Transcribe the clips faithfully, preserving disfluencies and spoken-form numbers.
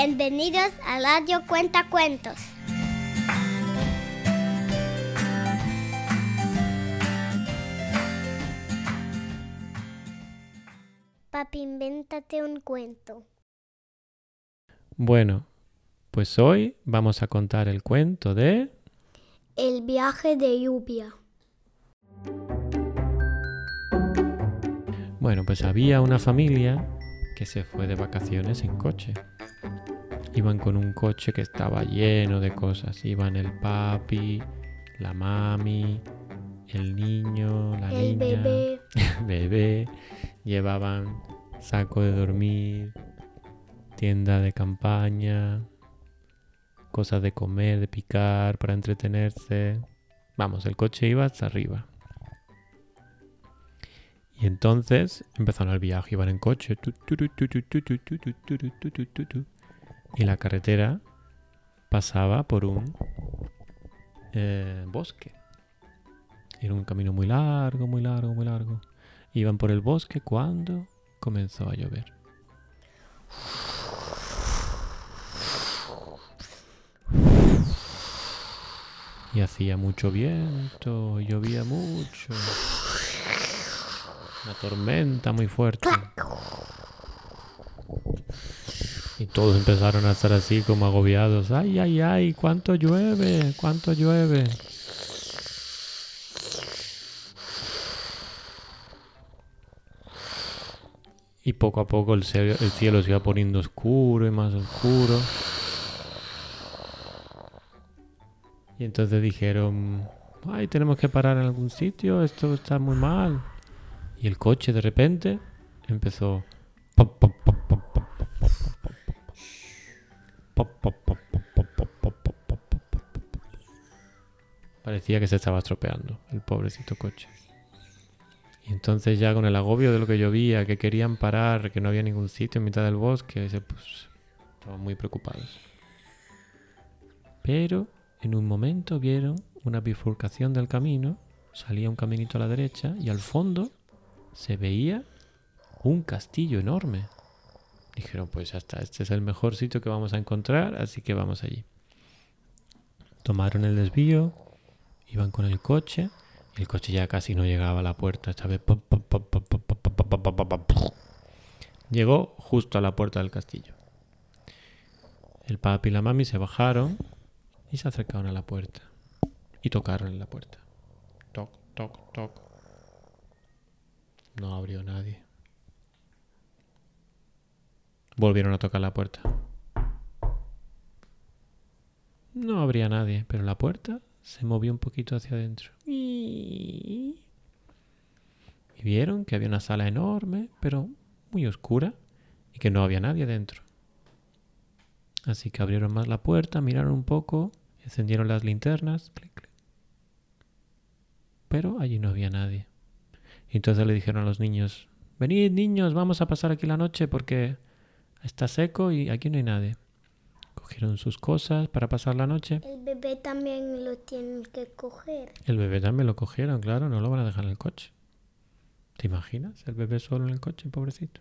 Bienvenidos a Radio Cuenta Cuentos. Papi, invéntate un cuento. Bueno, pues hoy vamos a contar el cuento de... El viaje de lluvia. Bueno, pues había una familia que se fue de vacaciones en coche. Iban con un coche que estaba lleno de cosas. Iban el papi, la mami, el niño, la El niña, bebé. el bebé. Llevaban saco de dormir, tienda de campaña, cosas de comer, de picar, para entretenerse. Vamos, el coche iba hasta arriba. Y entonces empezaron el viaje, iban en coche. Y la carretera pasaba por un eh, bosque. Era un camino muy largo, muy largo, muy largo. Iban por el bosque cuando comenzó a llover. Y hacía mucho viento, llovía mucho. Una tormenta muy fuerte. Y todos empezaron a estar así como agobiados. ¡Ay, ay, ay! ¿Cuánto llueve? ¿Cuánto llueve? Y poco a poco el cielo, el cielo se iba poniendo oscuro y más oscuro. Y entonces dijeron, ¡ay, tenemos que parar en algún sitio! Esto está muy mal. Y el coche de repente empezó... Pop, pop, pop, pop, pop, pop, pop, pop, pop, pop, pop, pop, pop, pop, pop. Parecía que se estaba estropeando el pobrecito coche. Y entonces ya con el agobio de lo que llovía, que querían parar, que no había ningún sitio en mitad del bosque, se, pues, estaban muy preocupados. Pero en un momento vieron una bifurcación del camino, salía un caminito a la derecha y al fondo se veía un castillo enorme. Dijeron, pues hasta este es el mejor sitio que vamos a encontrar, así que vamos allí. Tomaron el desvío, iban con el coche, y el coche ya casi no llegaba a la puerta. Esta vez, pop, pop, pop, pop, pop, pop, pop, pop, pop, pop. Llegó justo a la puerta del castillo. El papi y la mami se bajaron y se acercaron a la puerta. Y tocaron en la puerta. Toc, toc, toc. No abrió nadie. Volvieron a tocar la puerta. No abría nadie, pero la puerta se movió un poquito hacia adentro. Y vieron que había una sala enorme, pero muy oscura, y que no había nadie dentro. Así que abrieron más la puerta, miraron un poco, encendieron las linternas, clic, clic. Pero allí no había nadie. Y entonces le dijeron a los niños, venid niños, vamos a pasar aquí la noche porque está seco y aquí no hay nadie. Cogieron sus cosas para pasar la noche. El bebé también lo tienen que coger. El bebé también lo cogieron, claro, no lo van a dejar en el coche. ¿Te imaginas? El bebé solo en el coche, pobrecito.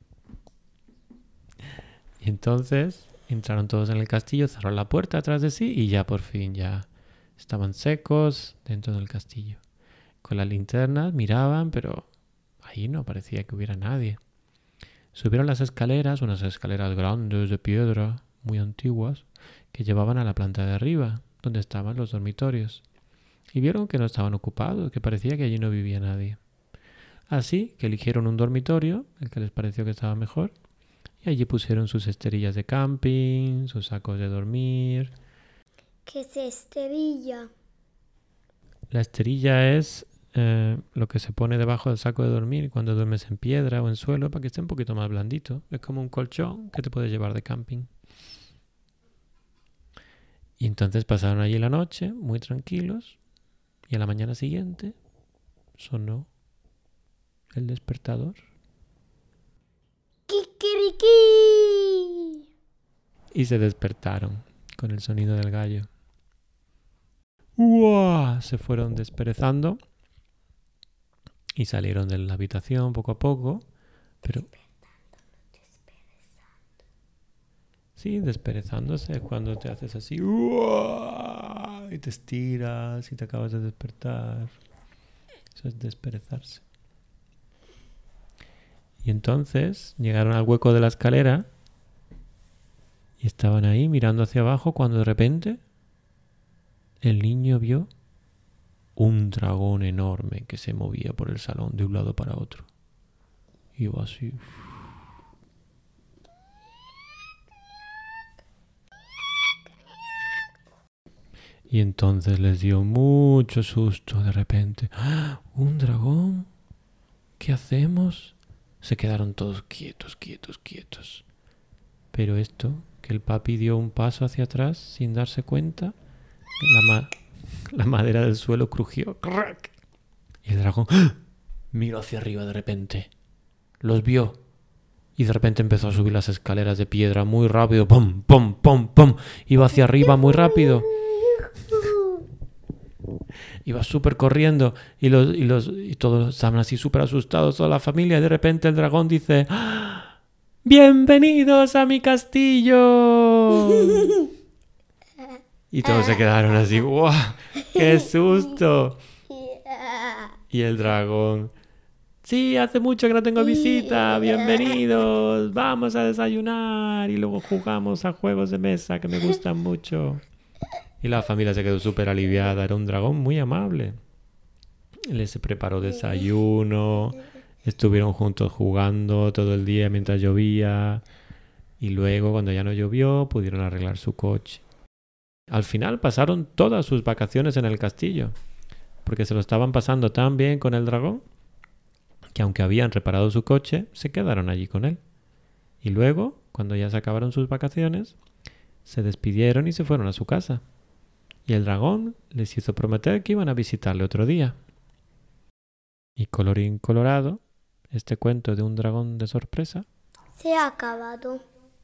Y entonces entraron todos en el castillo, cerraron la puerta atrás de sí y ya por fin ya estaban secos dentro del castillo. Con las linternas miraban, pero ahí no parecía que hubiera nadie. Subieron las escaleras, unas escaleras grandes de piedra, muy antiguas, que llevaban a la planta de arriba, donde estaban los dormitorios. Y vieron que no estaban ocupados, que parecía que allí no vivía nadie. Así que eligieron un dormitorio, el que les pareció que estaba mejor, y allí pusieron sus esterillas de camping, sus sacos de dormir. ¿Qué es esterilla? La esterilla es eh, lo que se pone debajo del saco de dormir cuando duermes en piedra o en suelo para que esté un poquito más blandito. Es como un colchón que te puedes llevar de camping. Y entonces pasaron allí la noche, muy tranquilos, y a la mañana siguiente sonó el despertador. ¡Kikiriki! Y se despertaron con el sonido del gallo. ¡Uah! Se fueron desperezando y salieron de la habitación poco a poco, pero Sí, desperezándose es cuando te haces así ¡uah! Y te estiras y te acabas de despertar. Eso es desperezarse. Y entonces llegaron al hueco de la escalera y estaban ahí mirando hacia abajo cuando de repente el niño vio un dragón enorme que se movía por el salón de un lado para otro. Iba así. Y entonces les dio mucho susto de repente. ¡Ah! ¿Un dragón? ¿Qué hacemos? Se quedaron todos quietos, quietos, quietos. Pero esto, que el papi dio un paso hacia atrás sin darse cuenta, la, ma- la madera del suelo crujió. ¡Crack! Y el dragón ¡ah! Miró hacia arriba de repente. Los vio. Y de repente empezó a subir las escaleras de piedra muy rápido. ¡Pum, pum, pum, pum! Iba hacia arriba muy rápido. Iba súper corriendo y, los, y, los, y todos estaban así súper asustados, toda la familia. Y de repente el dragón dice: ¡ah! ¡Bienvenidos a mi castillo! Y todos se quedaron así: ¡guau! ¡Qué susto! Y el dragón: sí, hace mucho que no tengo visita, bienvenidos, vamos a desayunar y luego jugamos a juegos de mesa que me gustan mucho. Y la familia se quedó súper aliviada, era un dragón muy amable. Les preparó desayuno, estuvieron juntos jugando todo el día mientras llovía y luego cuando ya no llovió pudieron arreglar su coche. Al final pasaron todas sus vacaciones en el castillo, porque se lo estaban pasando tan bien con el dragón que aunque habían reparado su coche, se quedaron allí con él. Y luego, cuando ya se acabaron sus vacaciones, se despidieron y se fueron a su casa. Y el dragón les hizo prometer que iban a visitarle otro día. Y colorín colorado, este cuento de un dragón de sorpresa se ha acabado.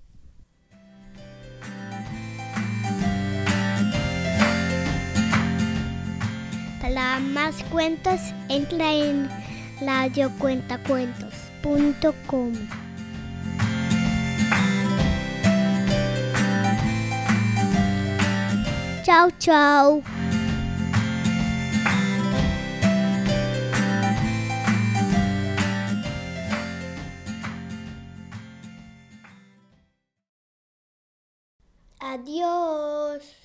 Para más cuentos, entra en radio cuenta cuentos punto com. Chao, chao. Adiós.